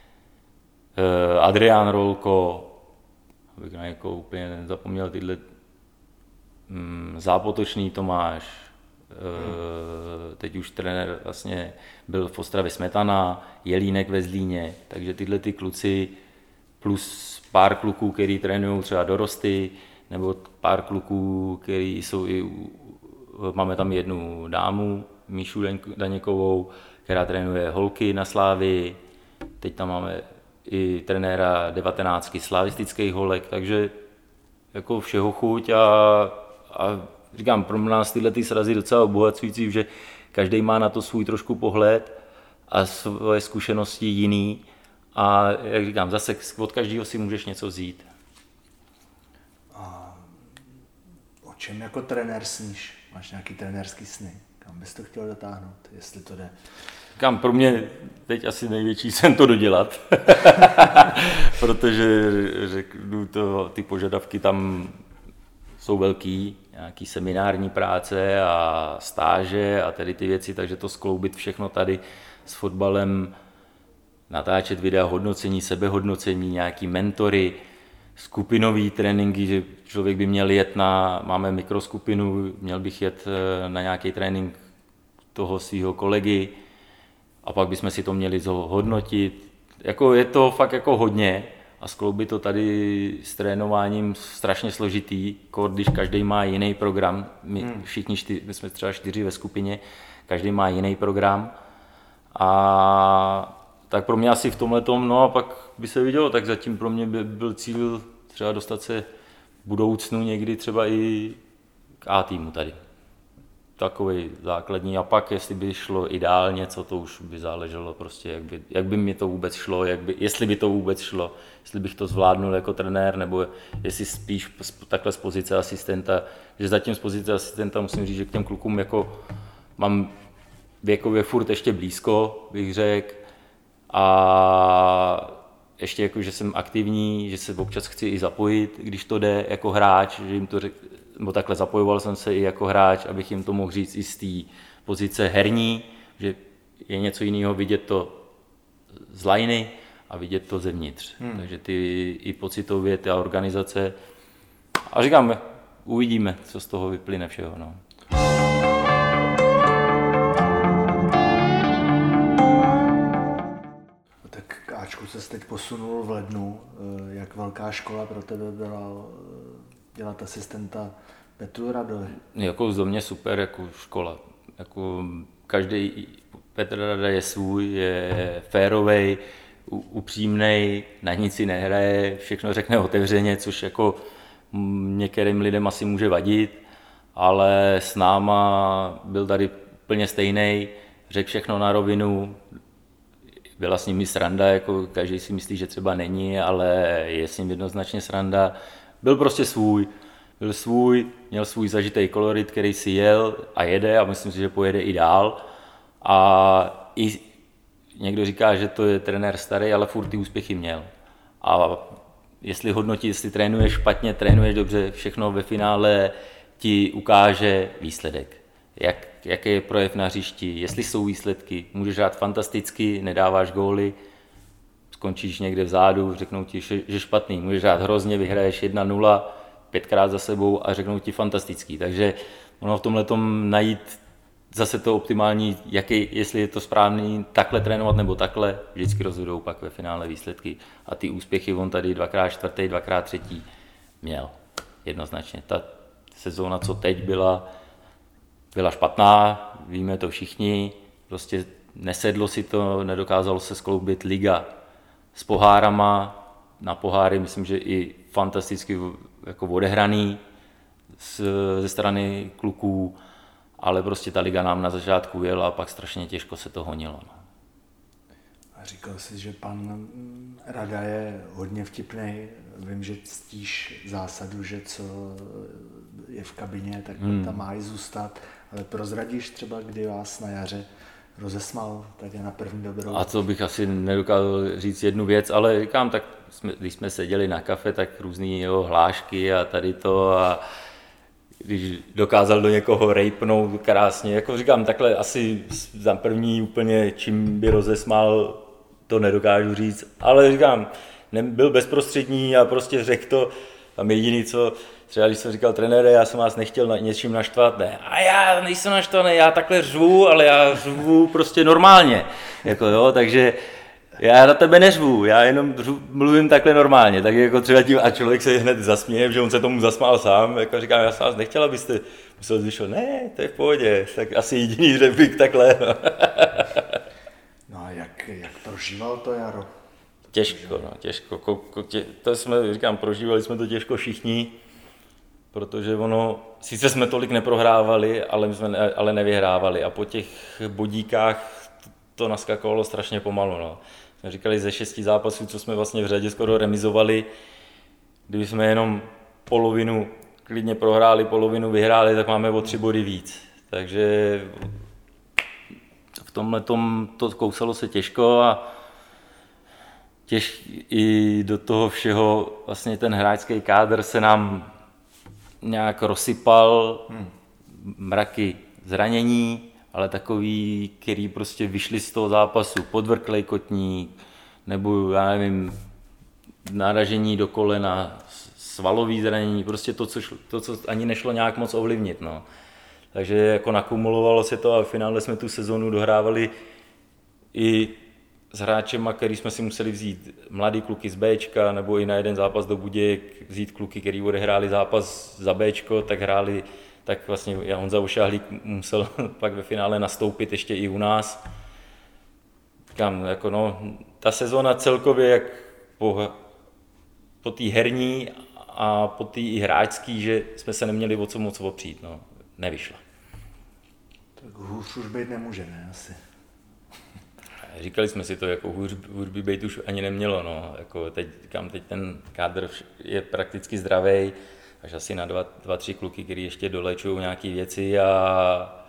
Adrián Rolko, abych na někoho úplně nezapomněl, tyhle Zápotočný Tomáš, teď už trenér vlastně byl v Ostravě Smetana, Jelínek ve Zlíně, takže tyhle ty kluci plus pár kluků, který trénují třeba dorosty, nebo pár kluků, který jsou máme tam jednu dámu, Míšu Daněkovou, která trénuje holky na Slávii, teď tam máme i trenéra 19 slavistických holek, takže jako všeho chuť a říkám, pro nás tyhle ty srazy docela obohacující, že každý má na to svůj trošku pohled a svoje zkušenosti jiný a jak říkám, zase od každého si můžeš něco vzít. A o čem jako trenér sníš? Máš nějaký trenérský sny? Kam bys to chtěl dotáhnout, jestli to jde? Říkám, pro mě teď asi největší sen to dodělat, protože řeknu to, ty požadavky tam jsou velký, nějaký seminární práce a stáže a tady ty věci, takže to skloubit všechno tady s fotbalem, natáčet videa hodnocení, sebehodnocení, nějaký mentory, skupinový tréninky, že člověk by měl jet máme mikroskupinu, měl bych jet na nějaký trénink toho svého kolegy a pak bychom si to měli hodnotit. Jako je to fakt jako hodně a skloubit to tady s trénováním strašně složitý, když každý má jiný program, my jsme třeba 4 ve skupině, každý má jiný program a tak pro mě asi v tomhletom, no a pak by se vidělo, tak zatím pro mě byl cíl třeba dostat se v budoucnu někdy třeba i k A týmu tady. Takový základní a pak jestli by šlo ideálně, co to už by záleželo prostě, jak by mi to vůbec šlo, jestli by to vůbec šlo, jestli bych to zvládnul jako trenér, nebo jestli spíš takhle z pozice asistenta, že zatím z pozice asistenta musím říct, že k těm klukům jako mám věkově furt ještě blízko, bych řekl, a ještě jako, že jsem aktivní, že se občas chci i zapojit, když to jde jako hráč, že jim to nebo takhle zapojoval jsem se i jako hráč, abych jim to mohl říct i z té pozice herní, že je něco jiného vidět to z lajny a vidět to zevnitř. Takže ty i pocitově, ta organizace. A říkám, uvidíme, co z toho vyplyne všeho. No. Tak k Ačku se teď posunul v lednu. Jak velká škola pro tebe byla dělat asistenta Petru Radovi? Jako za mě super jako škola. Jako každý Petr Rada je svůj, je férovej, upřímnej, na nic si nehraje, všechno řekne otevřeně, což jako některým lidem asi může vadit, ale s náma byl tady úplně stejnej, řekl všechno na rovinu, byla s nimi sranda, jako každý si myslí, že třeba není, ale je s ním jednoznačně sranda. Byl prostě svůj, měl svůj zažitý kolorit, který si jel a jede a myslím si, že pojede i dál. A i někdo říká, že to je trenér starý, ale furt ty úspěchy měl. A jestli trénuješ špatně, trénuješ dobře, všechno ve finále ti ukáže výsledek. Jaký je projev na hřišti, jestli jsou výsledky, můžeš hrát fantasticky, nedáváš góly, skončíš někde vzadu, řeknou ti, že špatný, můžeš hrát hrozně, vyhraješ 1-0, 5krát za sebou a řeknou ti fantastický. Takže ono v tomhletom najít zase to optimální, jestli je to správný takhle trénovat nebo takhle, vždycky rozhodou pak ve finále výsledky. A ty úspěchy on tady 2x čtvrtý, 2x třetí měl jednoznačně. Ta sezóna, co teď byla špatná, víme to všichni, prostě nesedlo si to, nedokázalo se skloubit liga s pohárama, na poháry myslím, že i fantasticky jako odehraný ze strany kluků, ale prostě ta liga nám na začátku jela a pak strašně těžko se to honilo. No. A říkal jsi, že pan Rada je hodně vtipný. Vím, že ctíš zásadu, že co je v kabině, tak tam má i zůstat. Ale prozradíš třeba, kdy vás na jaře rozesmál, tak je na první dobrou. A to bych asi nedokázal říct jednu věc, ale říkám, tak když jsme seděli na kafe, tak různý jeho hlášky a tady to a když dokázal do někoho rejpnout krásně, jako říkám, takhle asi za první úplně, čím by rozesmál, to nedokážu říct, ale říkám, byl bezprostřední a prostě řekl to, tam jediný co, třeba když jsem říkal trenére, já jsem vás nechtěl něčím naštvat, ne, a já nejsem naštvaný, já takhle řvu, ale já řvu prostě normálně, jako jo, takže já na tebe neřvu, já jenom mluvím takhle normálně, tak jako třeba tím, a člověk se hned zasměje, že on se tomu zasmál sám, jako říkám, já jsem vás nechtěl, abyste musel zvyšovat, ne, to je v pohodě, tak asi jediný řepík takhle. No a jak prožíval to jaro? Těžko, to jsme, říkám, prožívali jsme to těžko všichni, protože ono, sice jsme tolik neprohrávali, ale nevyhrávali a po těch bodíkách to naskakovalo strašně pomalu. No. Jsme říkali ze 6 zápasů, co jsme vlastně v řadě skoro remizovali, kdyby jsme jenom polovinu klidně prohráli, polovinu vyhráli, tak máme o 3 body víc. Takže v tomhletom to kousalo se těžko a i do toho všeho vlastně ten hráčský kádr se nám nějak rozsypal, mraky zranění, ale takový, který prostě vyšli z toho zápasu, podvrklej kotník, nebo já nevím, naražení do kolena, svalový zranění, prostě to, co ani nešlo nějak moc ovlivnit. No. Takže jako nakumulovalo se to a v finále jsme tu sezonu dohrávali i s hráčema, který jsme si museli vzít mladý kluky z Bčka, nebo i na jeden zápas do Budějek vzít kluky, který odehráli zápas za Bčko, tak vlastně Honza Ošahlík musel pak ve finále nastoupit ještě i u nás. Jako no, ta sezona celkově jak po té herní a po té i hráčský, že jsme se neměli o co moc opřít, no, nevyšla. Tak hůř už být nemůže, ne asi. Říkali jsme si to, jako hůř by být už ani nemělo, no, jako teď ten kádr je prakticky zdravý, až asi na 2-3 kluky, který ještě doléčují nějaké věci a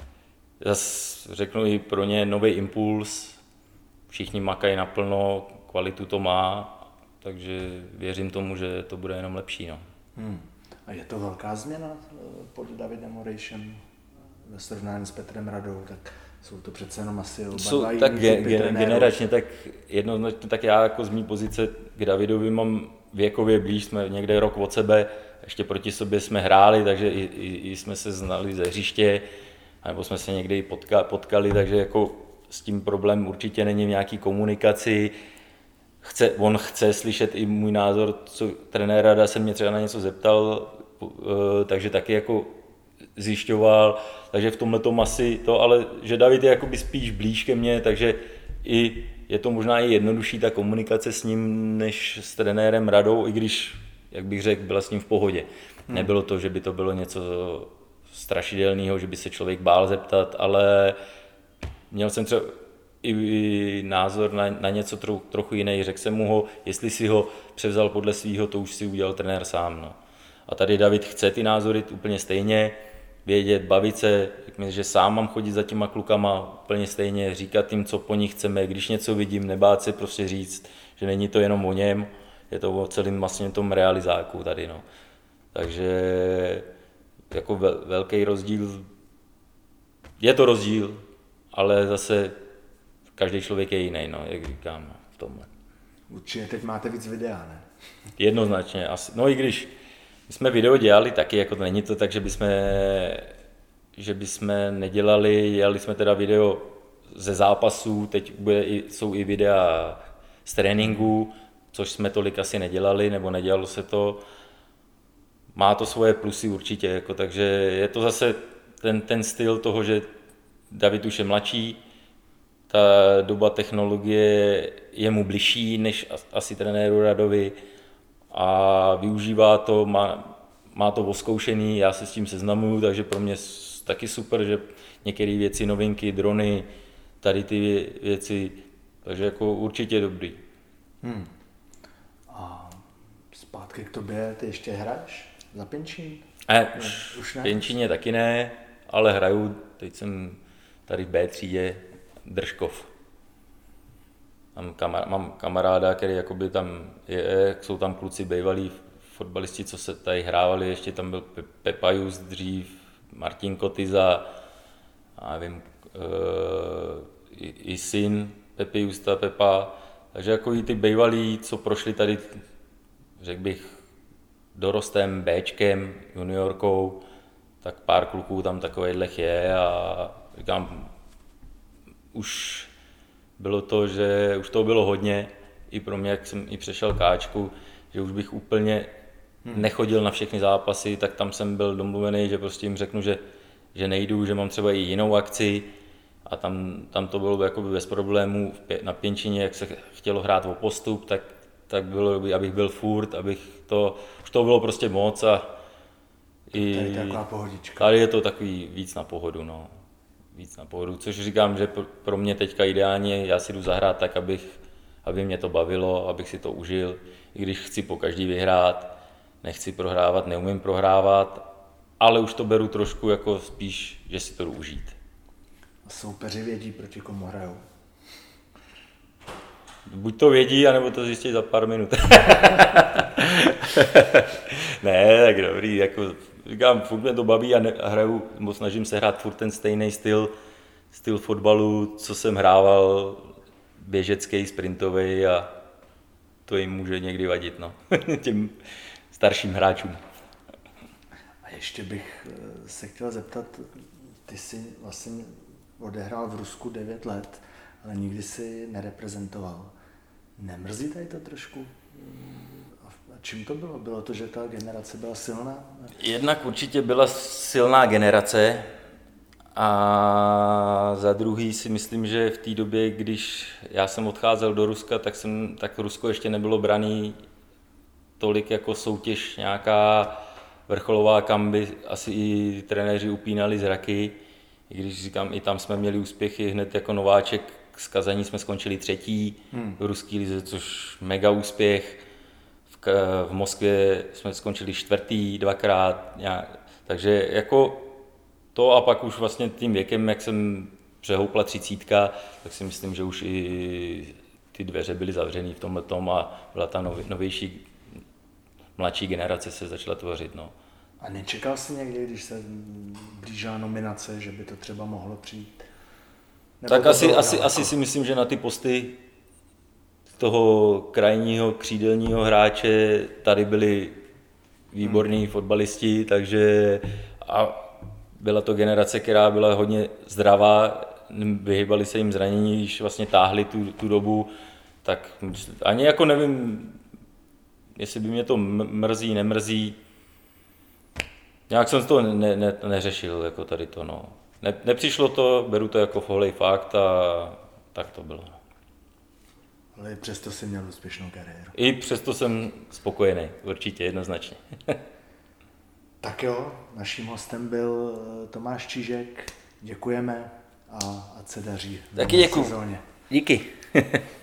zase řeknu i pro ně nový impuls, všichni makají naplno, kvalitu to má, takže věřím tomu, že to bude jenom lepší. No. A je to velká změna pod Davidem Orejšem ve srovnání s Petrem Radou, tak jsou to přece jenom asi oba tak generačně, tak jednoznačně, tak já jako z mý pozice k Davidovi mám věkově blíž, jsme někde rok od sebe, ještě proti sobě jsme hráli, takže i jsme se znali ze hřiště, nebo jsme se někde i potkali, takže jako s tím problém určitě není v nějaký komunikaci. On chce slyšet i můj názor, co trenér Rada se mě třeba na něco zeptal, takže taky jako zjišťoval, takže v tomhletom asi to, ale že David je jakoby spíš blíž ke mně, takže i je to možná i jednodušší ta komunikace s ním, než s trenérem Radou, i když, jak bych řekl, byla s ním v pohodě. Nebylo to, že by to bylo něco strašidelného, že by se člověk bál zeptat, ale měl jsem třeba i názor na něco trochu jiný. Řekl jsem mu ho, jestli si ho převzal podle svýho, to už si udělal trenér sám. No. A tady David chce ty názory úplně stejně, vědět, bavit se, že sám mám chodit za těma klukama úplně stejně, říkat jim, co po nich chceme, když něco vidím, nebát se prostě říct, že není to jenom o něm, je to o celém vlastně tom realizáku tady. No. Takže jako velký rozdíl, je to rozdíl, ale zase každý člověk je jiný, no, jak říkám, v tomhle. Určitě teď máte víc videa, ne? Jednoznačně, asi. No i když jsme video dělali taky, jako to není to tak, že bychom nedělali, dělali jsme teda video ze zápasů, teď jsou i videa z tréninku, což jsme tolik asi nedělali, nebo nedělalo se to. Má to svoje plusy určitě, jako, takže je to zase ten styl toho, že David už je mladší, ta doba technologie je mu bližší než asi trenéru Radovi a využívá to, má to oskoušený, já se s tím seznamuju, takže pro mě taky super, že některé věci, novinky, drony, tady ty věci, takže jako určitě dobrý. A zpátky k tobě, ty ještě hraješ za Pěnčín? Už ne? Pěnčíně taky ne, ale hraju, teď jsem tady v B třídě, Držkov. Mám kamaráda, který jakoby tam jsou tam kluci bývalí fotbalisti, co se tady hrávali, ještě tam byl Pepa Just dřív, Martin Kotyza, a nevím, i syn Pepy Justa, Pepa, takže jako i ty bývalí, co prošli tady, řekl bych, dorostem, Bčkem, juniorkou, tak pár kluků tam takovejhlech je a říkám, už bylo to, že už toho bylo hodně, i pro mě, jak jsem i přešel Káčku, že už bych úplně nechodil na všechny zápasy, tak tam jsem byl domluvený, že prostě jim řeknu, že nejdu, že mám třeba i jinou akci a tam to bylo jakoby bez problémů. Na Pěnčině, jak se chtělo hrát o postup, tak bylo, abych byl furt, už to bylo prostě moc a i tady je taková pohodička. Tady je to takový víc na pohodu, no. Víc na pohodu, což říkám, že pro mě teďka ideálně, já si jdu zahrát tak, aby mě to bavilo, abych si to užil, i když chci po každý vyhrát, nechci prohrávat, neumím prohrávat, ale už to beru trošku jako spíš, že si to jdu užít. A soupeři vědí, proti komu hrajou? Buď to vědí, anebo to zjistí za pár minut. Ne, tak dobrý, jako říkám, furt mě to baví a hraju, snažím se hrát furt ten stejný styl fotbalu, co jsem hrával, běžecký, sprintový a to jim může někdy vadit, no. Těm starším hráčům. A ještě bych se chtěl zeptat, ty jsi vlastně odehrál v Rusku 9 let, ale nikdy si nereprezentoval. Nemrzí tady to trošku? A čím to bylo? Bylo to, že ta generace byla silná? Jednak určitě byla silná generace a za druhý si myslím, že v té době, když já jsem odcházel do Ruska, tak Rusko ještě nebylo braný tolik jako soutěž nějaká vrcholová, kam by asi i trenéři upínali zraky. I když říkám, i tam jsme měli úspěchy, hned jako nováček z Kazaní jsme skončili 3. v ruské lize, což mega úspěch. V Moskvě jsme skončili 4. 2krát, takže jako to a pak už vlastně tím věkem, jak jsem přehoupla 30, tak si myslím, že už i ty dveře byly zavřený v tomhletom a byla ta novější, mladší generace se začala tvořit. No. A nečekal jsi někdy, když se blížila nominace, že by to třeba mohlo přijít? Nebo tak asi si myslím, že na ty posty toho krajního křídelního hráče tady byli výborní fotbalisti, takže a byla to generace, která byla hodně zdravá, vyhýbali se jim zranění, když vlastně táhli tu dobu, tak ani jako nevím, jestli by mě to mrzí, nemrzí. Nějak jsem to neřešil, jako tady to, no. Nepřišlo to, beru to jako holej fakt a tak to bylo. Ale i přesto jsi měl úspěšnou kariéru. I přesto jsem spokojený, určitě, jednoznačně. Tak jo, naším hostem byl Tomáš Čížek, děkujeme a ať se daří. Taky děkuju. Díky.